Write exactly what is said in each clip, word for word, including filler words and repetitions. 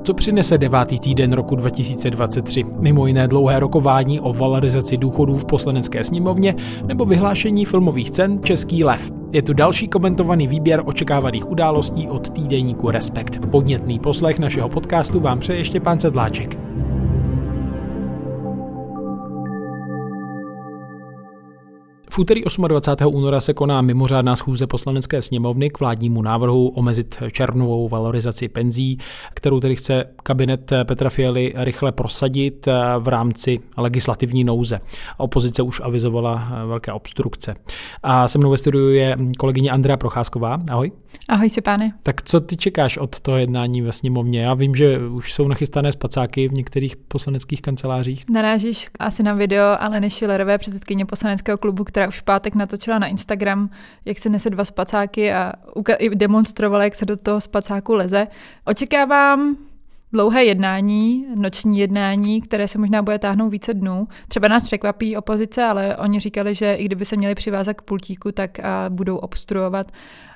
Co přinese devátý týden roku dva tisíce dvacet tři? Mimo jiné dlouhé rokování o valorizaci důchodů v Poslanecké sněmovně nebo vyhlášení filmových cen Český lev. Je tu další komentovaný výběr očekávaných událostí od týdeníku Respekt. Podnětný poslech našeho podcastu vám přeje Štěpán Sedláček. V úterý dvacátého osmého února se koná mimořádná schůze Poslanecké sněmovny k vládnímu návrhu omezit červnovou valorizaci penzí, kterou tedy chce kabinet Petra Fialy rychle prosadit v rámci legislativní nouze. Opozice už avizovala velké obstrukce. A se mnou ve studiu je kolegyně Andrea Procházková. Ahoj. Ahoj, Štěpáne. Tak co ty čekáš od toho jednání ve sněmovně? Já vím, že už jsou nachystané spacáky v některých poslaneckých kancelářích. Narážíš asi na video Aleny Schillerové, předsedkyně poslaneckého klubu, která už v pátek natočila na Instagram, jak se nese dva spacáky a demonstrovala, jak se do toho spacáku leze. Očekávám dlouhé jednání, noční jednání, které se možná bude táhnout více dnů. Třeba nás překvapí opozice, ale oni říkali, že i kdyby se měli přivázat k pultíku, tak a budou obstruovat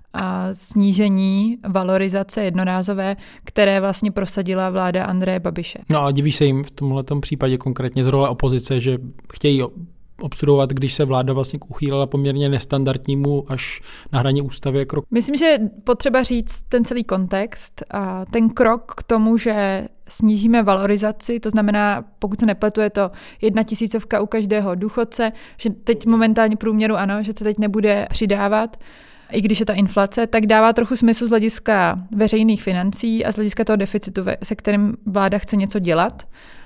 a snížení valorizace jednorázové, které vlastně prosadila vláda Andreje Babiše. No a divíš se jim v tomhletom případě konkrétně z role opozice, že chtějí obstruovat, když se vláda vlastně uchýlila poměrně nestandardnímu až na hraně ústavy krok? Myslím, že je potřeba říct ten celý kontext a ten krok k tomu, že snížíme valorizaci, to znamená, pokud se nepletu, je to jedna tisícovka u každého důchodce, že teď momentálně průměru ano, že se teď nebude přidávat, i když je ta inflace, tak dává trochu smysl z hlediska veřejných financí a z hlediska toho deficitu, se kterým vláda chce něco dělat.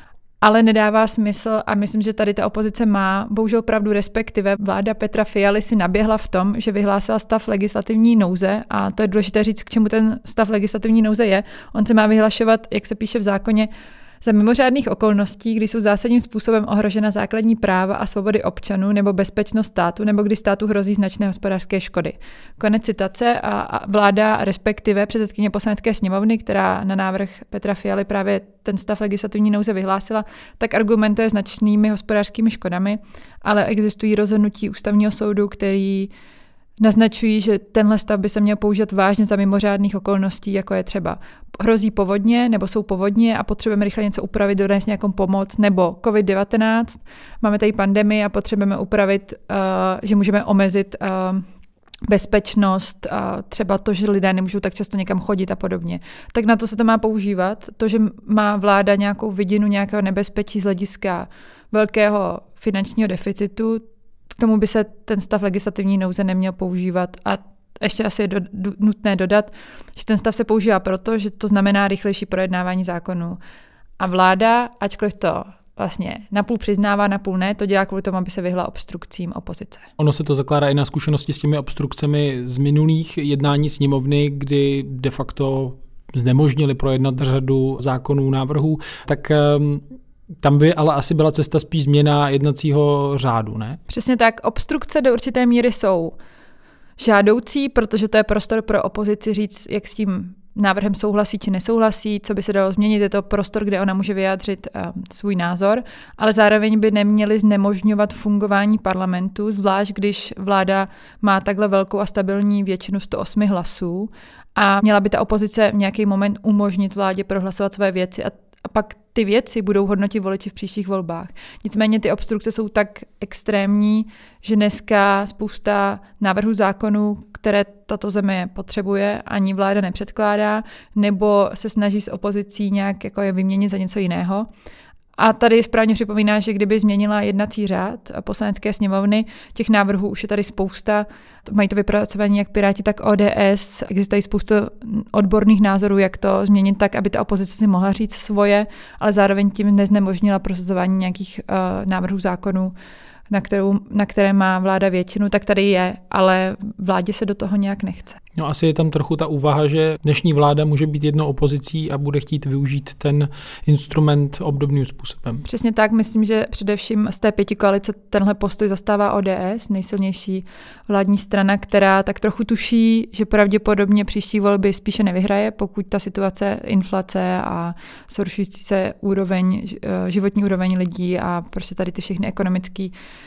Ale nedává smysl a myslím, že tady ta opozice má bohužel pravdu, respektive vláda Petra Fialy si naběhla v tom, že vyhlásila stav legislativní nouze a to je důležité říct, k čemu ten stav legislativní nouze je. On se má vyhlašovat, jak se píše v zákoně, za mimořádných okolností, kdy jsou zásadním způsobem ohrožena základní práva a svobody občanů nebo bezpečnost státu, nebo kdy státu hrozí značné hospodářské škody. Konec citace a vláda, respektive předsedkyně Poslanecké sněmovny, která na návrh Petra Fialy právě ten stav legislativní nouze vyhlásila, tak argumentuje značnými hospodářskými škodami, ale existují rozhodnutí ústavního soudu, který naznačují, že tenhle stav by se měl použít vážně za mimořádných okolností, jako je třeba hrozí povodně nebo jsou povodně a potřebujeme rychle něco upravit, dodat nějakou pomoc, nebo covid devatenáct, máme tady pandemii a potřebujeme upravit, uh, že můžeme omezit uh, bezpečnost, a třeba to, že lidé nemůžou tak často někam chodit a podobně. Tak na to se to má používat. To, že má vláda nějakou vidinu nějakého nebezpečí z hlediska velkého finančního deficitu, k tomu by se ten stav legislativní nouze neměl používat. A ještě asi je do, do, nutné dodat, že ten stav se používá proto, že to znamená rychlejší projednávání zákonů. A vláda, ačkoliv to vlastně napůl přiznává, napůl ne, to dělá kvůli tomu, aby se vyhla obstrukcím opozice. Ono se to zakládá i na zkušenosti s těmi obstrukcemi z minulých jednání sněmovny, kdy de facto znemožnili projednat řadu zákonů, návrhů, tak um, tam by ale asi byla cesta spíš změna jednacího řádu, ne? Přesně tak. Obstrukce do určité míry jsou žádoucí, protože to je prostor pro opozici říct, jak s tím návrhem souhlasí či nesouhlasí, co by se dalo změnit. Je to prostor, kde ona může vyjádřit uh, svůj názor, ale zároveň by neměli znemožňovat fungování parlamentu, zvlášť když vláda má takhle velkou a stabilní většinu sto osm hlasů a měla by ta opozice v nějaký moment umožnit vládě prohlasovat své věci a A pak ty věci budou hodnotit voliči v příštích volbách. Nicméně ty obstrukce jsou tak extrémní, že dneska spousta návrhů zákonů, které tato země potřebuje, ani vláda nepředkládá, nebo se snaží s opozicí nějak jako je vyměnit za něco jiného. A tady správně připomíná, že kdyby změnila jednací řád Poslanecké sněmovny, těch návrhů už je tady spousta, mají to vypracovaní jak Piráti, tak O D S, existují spousta odborných názorů, jak to změnit tak, aby ta opozice si mohla říct svoje, ale zároveň tím neznemožnila prosazování nějakých uh, návrhů zákonů, na, kterou, na které má vláda většinu, tak tady je, ale vládě se do toho nějak nechce. No asi je tam trochu ta úvaha, že dnešní vláda může být jednou opozicí a bude chtít využít ten instrument obdobným způsobem. Přesně tak, myslím, že především z té pětikoalice tenhle postoj zastává O D S, nejsilnější vládní strana, která tak trochu tuší, že pravděpodobně příští volby spíše nevyhraje, pokud ta situace inflace a zhoršující se úroveň, životní úroveň lidí a prostě tady ty všechny ekonomické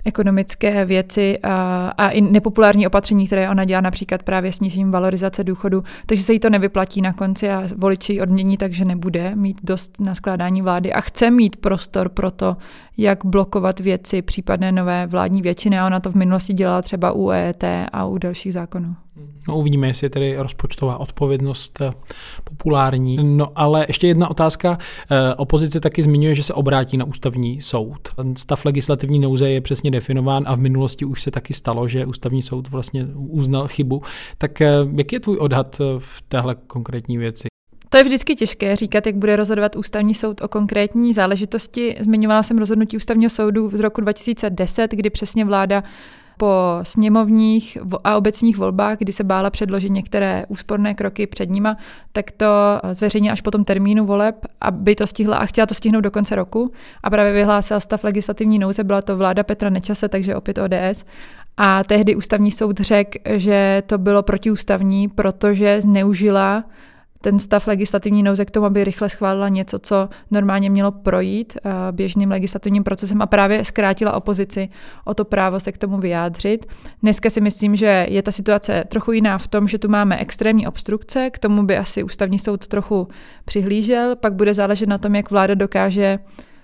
ekonomické věci a, a i nepopulární opatření, které ona dělá, například právě snížením valorizace důchodu, takže se jí to nevyplatí na konci a voliči ji odmění, takže nebude mít dost na skládání vlády a chce mít prostor pro to, jak blokovat věci případné nové vládní většiny a ona to v minulosti dělala třeba u E E T a u dalších zákonů. No, uvidíme, jestli je tedy rozpočtová odpovědnost populární. No ale ještě jedna otázka. Opozice taky zmiňuje, že se obrátí na ústavní soud. Stav legislativní nouze je přesně definován a v minulosti už se taky stalo, že ústavní soud vlastně uznal chybu. Tak jaký je tvůj odhad v téhle konkrétní věci? To je vždycky těžké říkat, jak bude rozhodovat ústavní soud o konkrétní záležitosti. Zmiňovala jsem rozhodnutí ústavního soudu z roku dva tisíce deset, kdy přesně vláda po sněmovních a obecních volbách, kdy se bála předložit některé úsporné kroky před nima, tak to zveřejnila až po tom termínu voleb, aby to stihla a chtěla to stihnout do konce roku. A právě vyhlásila stav legislativní nouze, byla to vláda Petra Nečase, takže opět O D S. A tehdy ústavní soud řekl, že to bylo protiústavní, protože zneužila ten stav legislativní nouze k tomu, aby rychle schválila něco, co normálně mělo projít běžným legislativním procesem a právě zkrátila opozici o to právo se k tomu vyjádřit. Dneska si myslím, že je ta situace trochu jiná v tom, že tu máme extrémní obstrukce, k tomu by asi ústavní soud trochu přihlížel, pak bude záležet na tom, jak vláda dokáže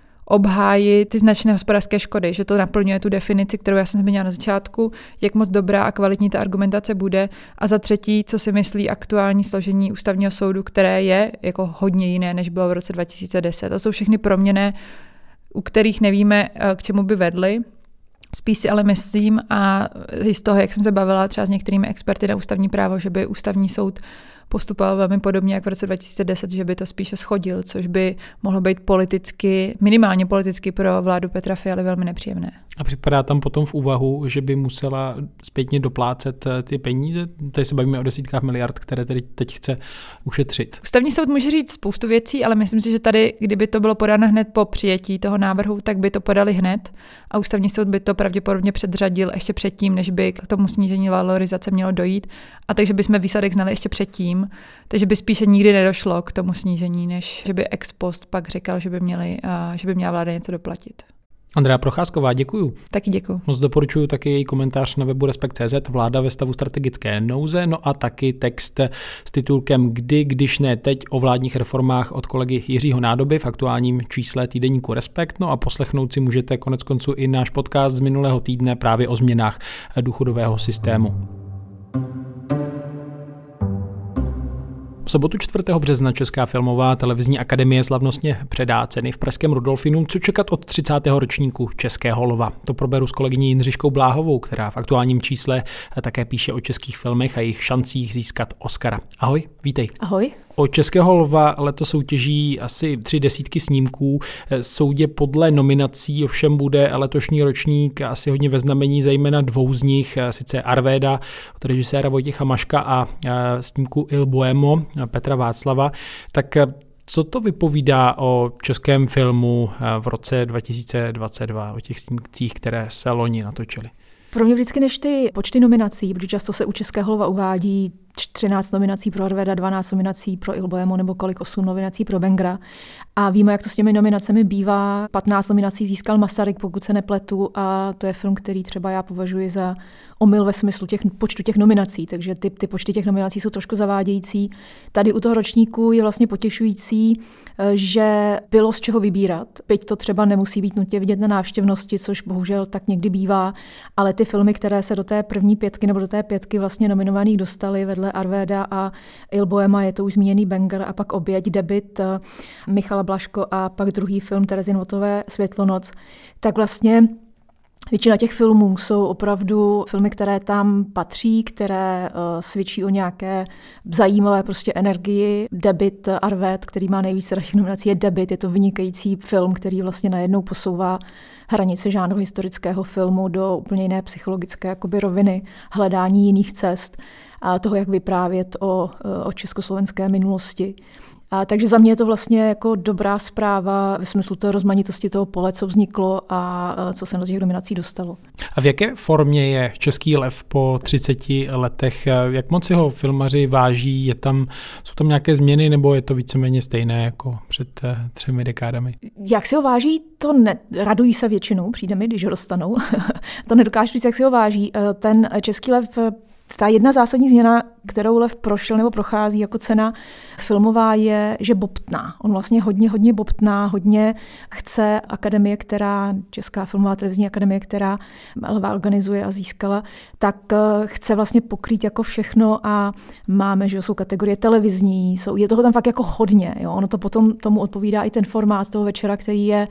obhájit ty značné hospodářské škody, že to naplňuje tu definici, kterou já jsem zmínila na začátku, jak moc dobrá a kvalitní ta argumentace bude. A za třetí, co si myslí aktuální složení ústavního soudu, které je jako hodně jiné, než bylo v roce dva tisíce deset. To jsou všechny proměny, u kterých nevíme, k čemu by vedly. Spíš si ale myslím, a z toho, jak jsem se bavila třeba s některými experty na ústavní právo, že by ústavní soud postupoval velmi podobně jak v roce dva tisíce deset, že by to spíše shodil, což by mohlo být politicky, minimálně politicky pro vládu Petra Fialy velmi nepříjemné. A připadá tam potom v úvahu, že by musela zpětně doplácet ty peníze? Tady se bavíme o desítkách miliard, které tedy teď chce ušetřit. Ústavní soud může říct spoustu věcí, ale myslím si, že tady, kdyby to bylo podáno hned po přijetí toho návrhu, tak by to podali hned a ústavní soud by to pravděpodobně předřadil ještě předtím, než by k tomu snížení valorizace mělo dojít. A takže bychom výsledek znali ještě předtím, takže by spíše nikdy nedošlo k tomu snížení, než že by ex post pak říkal, že by, měli, že by měla vláda něco doplatit. Andrea Procházková, děkuju. Taky děkuju. Moc doporučuji taky její komentář na webu Respekt tečka cé zet, vláda ve stavu strategické nouze, no a taky text s titulkem Kdy, když ne teď o vládních reformách od kolegy Jiřího Nádoby v aktuálním čísle týdeníku Respekt, no a poslechnout si můžete konec konců i náš podcast z minulého týdne právě o změnách důchodového systému. V sobotu čtvrtého března Česká filmová televizní akademie slavnostně předá ceny v pražském Rudolfinu. Co čekat od třicátého ročníku Českého lova? To proberu s kolegyní Jindřiškou Bláhovou, která v aktuálním čísle také píše o českých filmech a jejich šancích získat Oscara. Ahoj, vítej. Ahoj. O Českého lva letos soutěží asi tři desítky snímků. Soudě podle nominací ovšem bude letošní ročník asi hodně ve znamení zejména dvou z nich, sice Arvéda od režiséra Vojtěcha Maška a snímku Il Bohemo Petra Václava. Tak co to vypovídá o českém filmu v roce dva tisíce dvacet dva, o těch snímcích, které se loni natočily? Pro mě vždycky než ty počty nominací, protože často se u Českého lva uvádí třináct nominací pro Arvéda, dvanáct nominací pro Il Bohemo nebo kolik osm nominací pro Bengra. A víme, jak to s těmi nominacemi bývá. patnáct nominací získal Masaryk, pokud se nepletu, a to je film, který třeba já považuji za omyl ve smyslu těch počtu těch nominací, takže ty, ty počty těch nominací jsou trošku zavádějící. Tady u toho ročníku je vlastně potěšující, že bylo z čeho vybírat. Byť to třeba nemusí být nutně vidět na návštěvnosti, což bohužel tak někdy bývá, ale ty filmy, které se do té první pětky nebo do té pětky vlastně nominovaných dostaly vedle Arvéda a Il Bohema, je to už zmíněný Bengr a pak Oběť, debut Michala Blažko a pak druhý film Terezy Novotové Světlonoc, tak vlastně většina těch filmů jsou opravdu filmy, které tam patří, které uh, svědčí o nějaké zajímavé prostě energii. Debut Arvéd, který má nejvíce těch nominací, je debut. Je to vynikající film, který vlastně najednou posouvá hranice žánru historického filmu do úplně jiné psychologické jakoby roviny, hledání jiných cest a toho, jak vyprávět o, o československé minulosti. A takže za mě je to vlastně jako dobrá zpráva ve smyslu té rozmanitosti toho pole, co vzniklo a co se do těch nominací dostalo. A v jaké formě je Český lev po třiceti letech? Jak moc ho filmaři váží? Je tam, jsou tam nějaké změny nebo je to víceméně stejné jako před třemi dekádami? Jak si ho váží, to ne, radují se většinou, přijde mi, když ho dostanou. To nedokážu říct, jak si ho váží. Ten Český lev, ta jedna zásadní změna, kterou lev prošel nebo prochází jako cena filmová, je, že bobtná. On vlastně hodně, hodně bobtná, hodně chce akademie, která, Česká filmová televizní akademie, která lva organizuje a získala, tak chce vlastně pokrýt jako všechno a máme, že jsou kategorie televizní, jsou, je toho tam fakt jako hodně. Jo? Ono to potom tomu odpovídá i ten formát toho večera, který je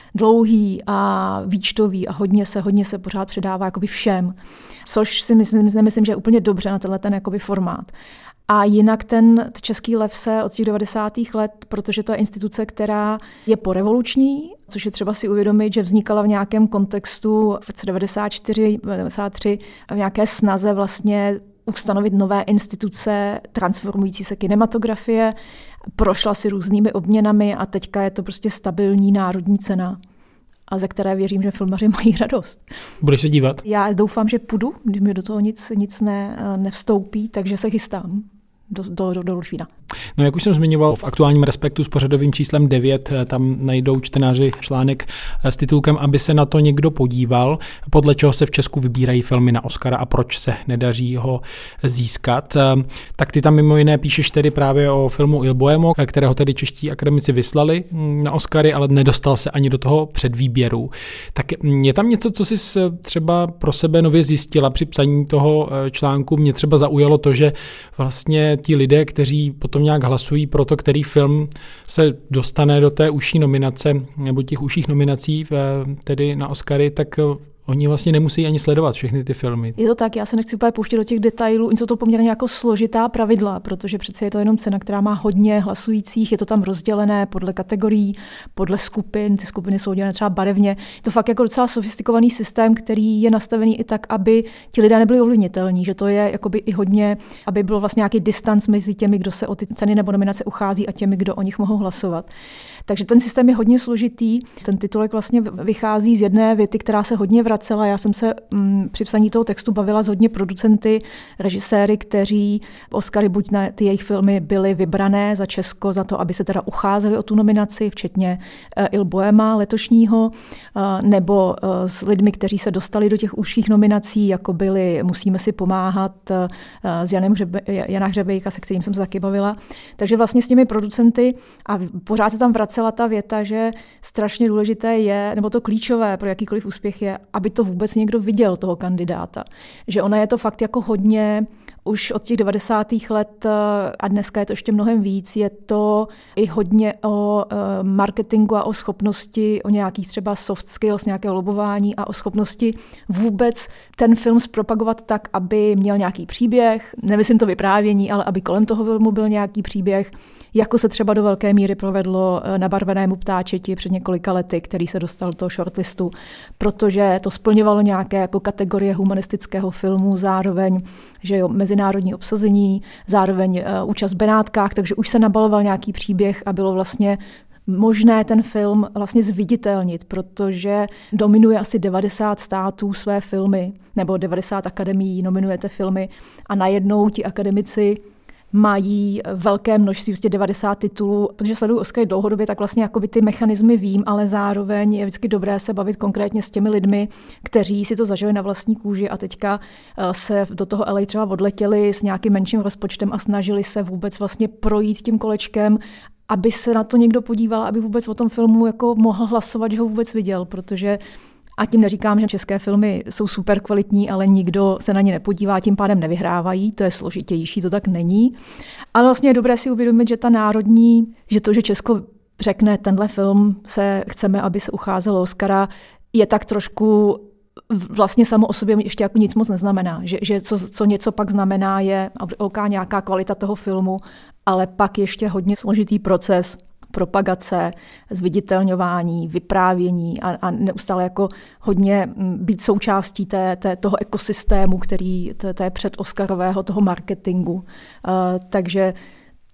dlouhý a výčtový a hodně se, hodně se pořád předává jakoby všem, což si myslím, nemyslím, že je úplně dobře na tenhle ten jakoby formát. A jinak ten Český lev se od těch devadesátých let, protože to je instituce, která je porevoluční, což je třeba si uvědomit, že vznikala v nějakém kontextu v roce devadesát čtyři devadesát tři v nějaké snaze vlastně ustanovit nové instituce transformující se kinematografie, prošla si různými obměnami a teďka je to prostě stabilní národní cena, a ze které věřím, že filmaři mají radost. Budeš se dívat? Já doufám, že půjdu, když mi do toho nic, nic ne, nevstoupí, takže se chystám do, do, do, do Delfína. No, jak už jsem zmiňoval, v aktuálním Respektu s pořadovým číslem devět, tam najdou čtenáři článek s titulkem Aby se na to někdo podíval, podle čeho se v Česku vybírají filmy na Oscara a proč se nedaří ho získat. Tak ty tam mimo jiné píšeš tedy právě o filmu Il Bohemo, kterého tedy čeští akademici vyslali na Oscary, ale nedostal se ani do toho předvýběru. Tak je tam něco, co jsi třeba pro sebe nově zjistila při psaní toho článku? Mě třeba zaujalo to, že vlastně ti lidé, kteří potom nějak hlasují pro to, který film se dostane do té užší nominace nebo těch užších nominací tedy na Oscary, tak oni vlastně nemusí ani sledovat všechny ty filmy. Je to tak, já se nechci úplně pouštět do těch detailů, jsou to poměrně jako složitá pravidla, protože přece je to jenom cena, která má hodně hlasujících, je to tam rozdělené podle kategorií, podle skupin, ty skupiny jsou dělené třeba barevně. Je to fakt jako docela sofistikovaný systém, který je nastavený i tak, aby ti lidé nebyli ovlivnitelní, že to je jakoby i hodně, aby byl vlastně nějaký distanc mezi těmi, kdo se o ty ceny nebo nominace uchází a těmi, kdo o nich mohou hlasovat. Takže ten systém je hodně složitý. Ten titulek vlastně vychází z jedné věty, která se hodně vracela. Já jsem se mm, při psaní toho textu bavila s hodně producenty, režiséry, kteří Oscary buď na ty jejich filmy byly vybrané za Česko, za to, aby se teda ucházeli o tu nominaci, včetně uh, Il Bohema letošního, uh, nebo uh, s lidmi, kteří se dostali do těch užších nominací, jako byli Musíme si pomáhat uh, s Janem Hřebe, Jana Hřebejka, se kterým jsem se taky bavila. Takže vlastně s těmi producenty a pořád se tam vracela ta věta, že strašně důležité je, nebo to klíčové pro jakýkoliv úspěch je, aby to vůbec někdo viděl, toho kandidáta. Že ona je to fakt jako hodně, už od těch devadesátých let a dneska je to ještě mnohem víc, je to i hodně o marketingu a o schopnosti, o nějakých třeba soft skills, nějakého lobování a o schopnosti vůbec ten film zpropagovat tak, aby měl nějaký příběh, nemyslím to vyprávění, ale aby kolem toho filmu byl nějaký příběh, jako se třeba do velké míry provedlo na Barvenému ptáčeti před několika lety, který se dostal do toho shortlistu, protože to splňovalo nějaké jako kategorie humanistického filmu, zároveň že jo, mezinárodní obsazení, zároveň uh, účast v Benátkách, takže už se nabaloval nějaký příběh a bylo vlastně možné ten film vlastně zviditelnit, protože dominuje asi devadesát států své filmy, nebo devadesát akademií nominujete filmy a najednou ti akademici mají velké množství, vlastně devadesát titulů, protože sleduju Oscary dlouhodobě, tak vlastně jakoby ty mechanismy vím, ale zároveň je vždycky dobré se bavit konkrétně s těmi lidmi, kteří si to zažili na vlastní kůži a teďka se do toho L A třeba odletěli s nějakým menším rozpočtem a snažili se vůbec vlastně projít tím kolečkem, aby se na to někdo podíval, aby vůbec o tom filmu jako mohl hlasovat, že ho vůbec viděl, protože a tím neříkám, že české filmy jsou super kvalitní, ale nikdo se na ně nepodívá, tím pádem nevyhrávají, to je složitější, to tak není. Ale vlastně je dobré si uvědomit, že ta národní, že to, že Česko řekne, tenhle film se chceme, aby se ucházelo Oscara, je tak trošku vlastně samo o sobě ještě jako nic moc neznamená. Že, že co, co něco pak znamená je oká nějaká kvalita toho filmu, ale pak ještě hodně složitý proces propagace, zviditelňování, vyprávění a, a neustále jako hodně být součástí té, té, toho ekosystému, který té, té předoscarového, toho marketingu. Uh, takže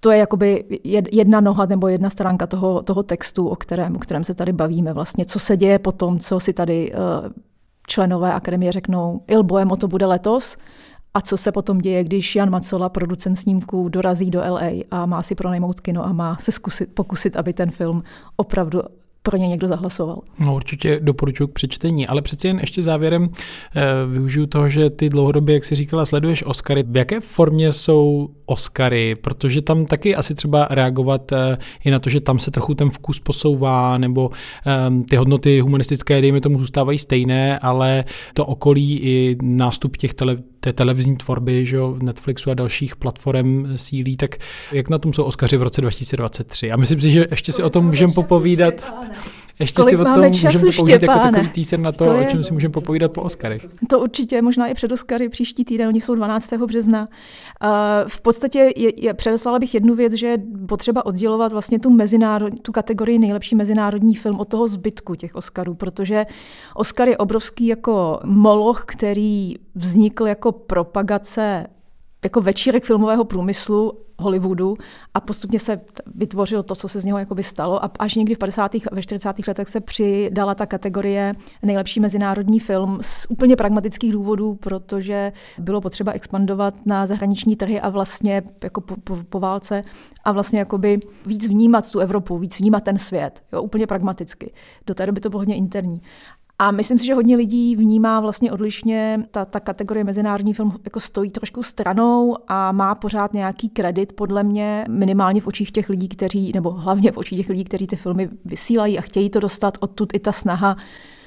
to je jakoby jedna noha nebo jedna stránka toho, toho textu, o kterém, o kterém se tady bavíme. Vlastně, co se děje po tom, co si tady uh, členové akademie řeknou, Il Bohemo to bude letos, a co se potom děje, když Jan Macola, producent snímků, dorazí do L A a má si pronajmout kino a má se zkusit, pokusit, aby ten film opravdu pro ně někdo zahlasoval. No, určitě doporučuji k přečtení, ale přeci jen ještě závěrem eh, využiju toho, že ty dlouhodobě, jak jsi říkala, sleduješ Oscary. V jaké formě jsou Oscary? Protože tam taky asi třeba reagovat eh, i na to, že tam se trochu ten vkus posouvá, nebo eh, ty hodnoty humanistické, dejme tomu, zůstávají stejné, ale to okolí i nástup těch tele, té televizní tvorby, že jo, Netflixu a dalších platform sílí, tak jak na tom jsou Oscary v roce dva tisíce dvacet tři? A myslím si, že ještě si o tom můžeme popovídat. Ještě Kolik si o tom můžeme popovídat jako takový teaser na to, to je, o čem si můžeme popovídat po Oscarech. To určitě, možná i před Oscary příští týden, oni jsou dvanáctého března. Uh, v podstatě je, je, předeslala bych jednu věc, že je potřeba oddělovat vlastně tu, mezinárod, tu kategorii nejlepší mezinárodní film od toho zbytku těch Oscarů, protože Oscar je obrovský jako moloch, který vznikl jako propagace, jako večírek filmového průmyslu Hollywoodu a postupně se vytvořilo to, co se z něho jakoby stalo a až někdy v padesátých ve čtyřicátých letech se přidala ta kategorie nejlepší mezinárodní film z úplně pragmatických důvodů, protože bylo potřeba expandovat na zahraniční trhy a vlastně jako po, po, po válce a vlastně jakoby víc vnímat tu Evropu, víc vnímat ten svět, jo, úplně pragmaticky. Do té doby to bylo hodně interní. A myslím si, že hodně lidí vnímá vlastně odlišně, ta, ta kategorie mezinárodní film jako stojí trošku stranou a má pořád nějaký kredit, podle mě, minimálně v očích těch lidí, kteří, nebo hlavně v očích těch lidí, kteří ty filmy vysílají a chtějí to dostat, odtud i ta snaha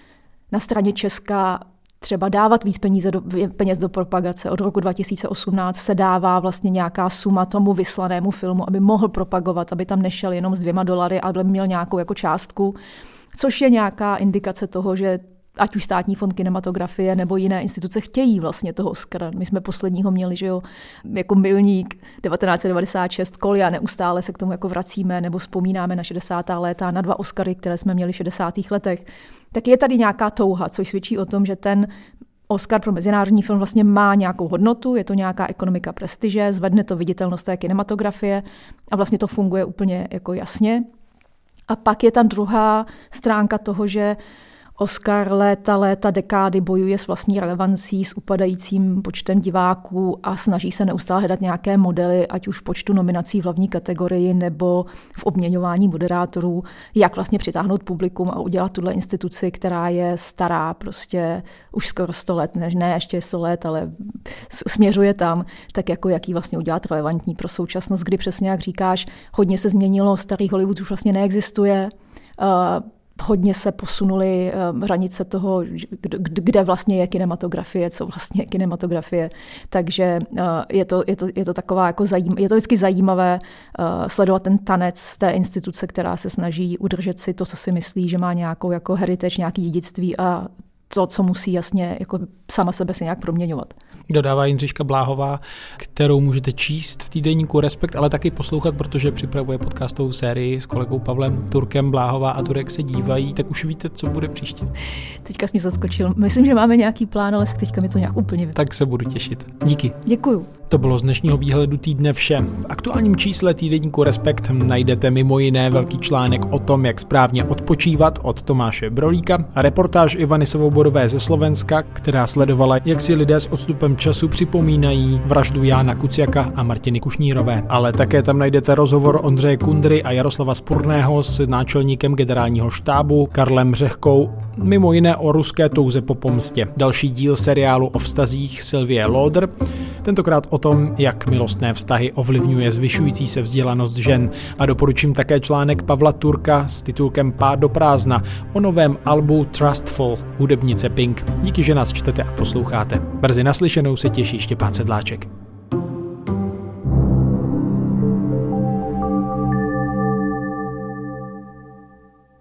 na straně Česka třeba dávat víc peníze do, peněz do propagace. Od roku dva tisíce osmnáct se dává vlastně nějaká suma tomu vyslanému filmu, aby mohl propagovat, aby tam nešel jenom s dvěma dolary, ale měl nějakou jako částku, což je nějaká indikace toho, že ať už Státní fond kinematografie nebo jiné instituce chtějí vlastně toho Oscara. My jsme posledního měli, že jo, jako milník devatenáct set devadesát šest Koli a neustále se k tomu jako vracíme nebo vzpomínáme na šedesátá léta, na dva Oscary, které jsme měli v šedesátých letech. Tak je tady nějaká touha, což svědčí o tom, že ten Oscar pro mezinárodní film vlastně má nějakou hodnotu, je to nějaká ekonomika prestiže, zvedne to viditelnost té kinematografie a vlastně to funguje úplně jako jasně. A pak je tam druhá stránka toho, že Oscar léta, léta, dekády bojuje s vlastní relevancí, s upadajícím počtem diváků a snaží se neustále hledat nějaké modely, ať už v počtu nominací v hlavní kategorii nebo v obměňování moderátorů, jak vlastně přitáhnout publikum a udělat tuhle instituci, která je stará prostě už skoro sto let, ne, ne ještě sto let, ale směřuje tam, tak jako jak ji vlastně udělat relevantní pro současnost, kdy přesně jak říkáš, hodně se změnilo, starý Hollywood už vlastně neexistuje, uh, hodně se posunuly hranice toho, kde vlastně je kinematografie, co vlastně je kinematografie. Takže je to, je to, je to taková jako zajím, je to vždycky zajímavé sledovat ten tanec té instituce, která se snaží udržet si to, co si myslí, že má nějakou jako heritage, nějaký dědictví a to, co musí jasně jako sama sebe se nějak proměňovat. Dodává Jindřiška Bláhová, kterou můžete číst v týdeníku Respekt, ale taky poslouchat, protože připravuje podcastovou sérii s kolegou Pavlem Turkem. Bláhová a Turek se dívají, tak už víte, co bude příště. Teďka jsi mě zaskočil. Myslím, že máme nějaký plán, ale teďka mi to nějak úplně vypadá. Tak se budu těšit. Díky. Děkuju. To bylo z dnešního výhledu týdne vše. V aktuálním čísle týdeníku Respekt najdete mimo jiné velký článek o tom, jak správně odpočívat od Tomáše Brolíka a reportáž Ivany Svobodové ze Slovenska, která sledovala, jak si lidé s odstupem času připomínají vraždu Jána Kuciaka a Martiny Kušnírové. Ale také tam najdete rozhovor Ondřeje Kundry a Jaroslava Spurného s náčelníkem generálního štábu Karlem Řehkou, mimo jiné o ruské touze po pomstě. Další díl seriálu o vztazích Sylvie Lauder, tentokrát o tom, jak milostné vztahy ovlivňuje zvyšující se vzdělanost žen. A doporučím také článek Pavla Turka s titulkem Pád do prázdna o novém albu Trustful hudebnice Pink. Díky, že nás čtete a posloucháte. Brzy naslyšenou se těší Štěpán Sedláček.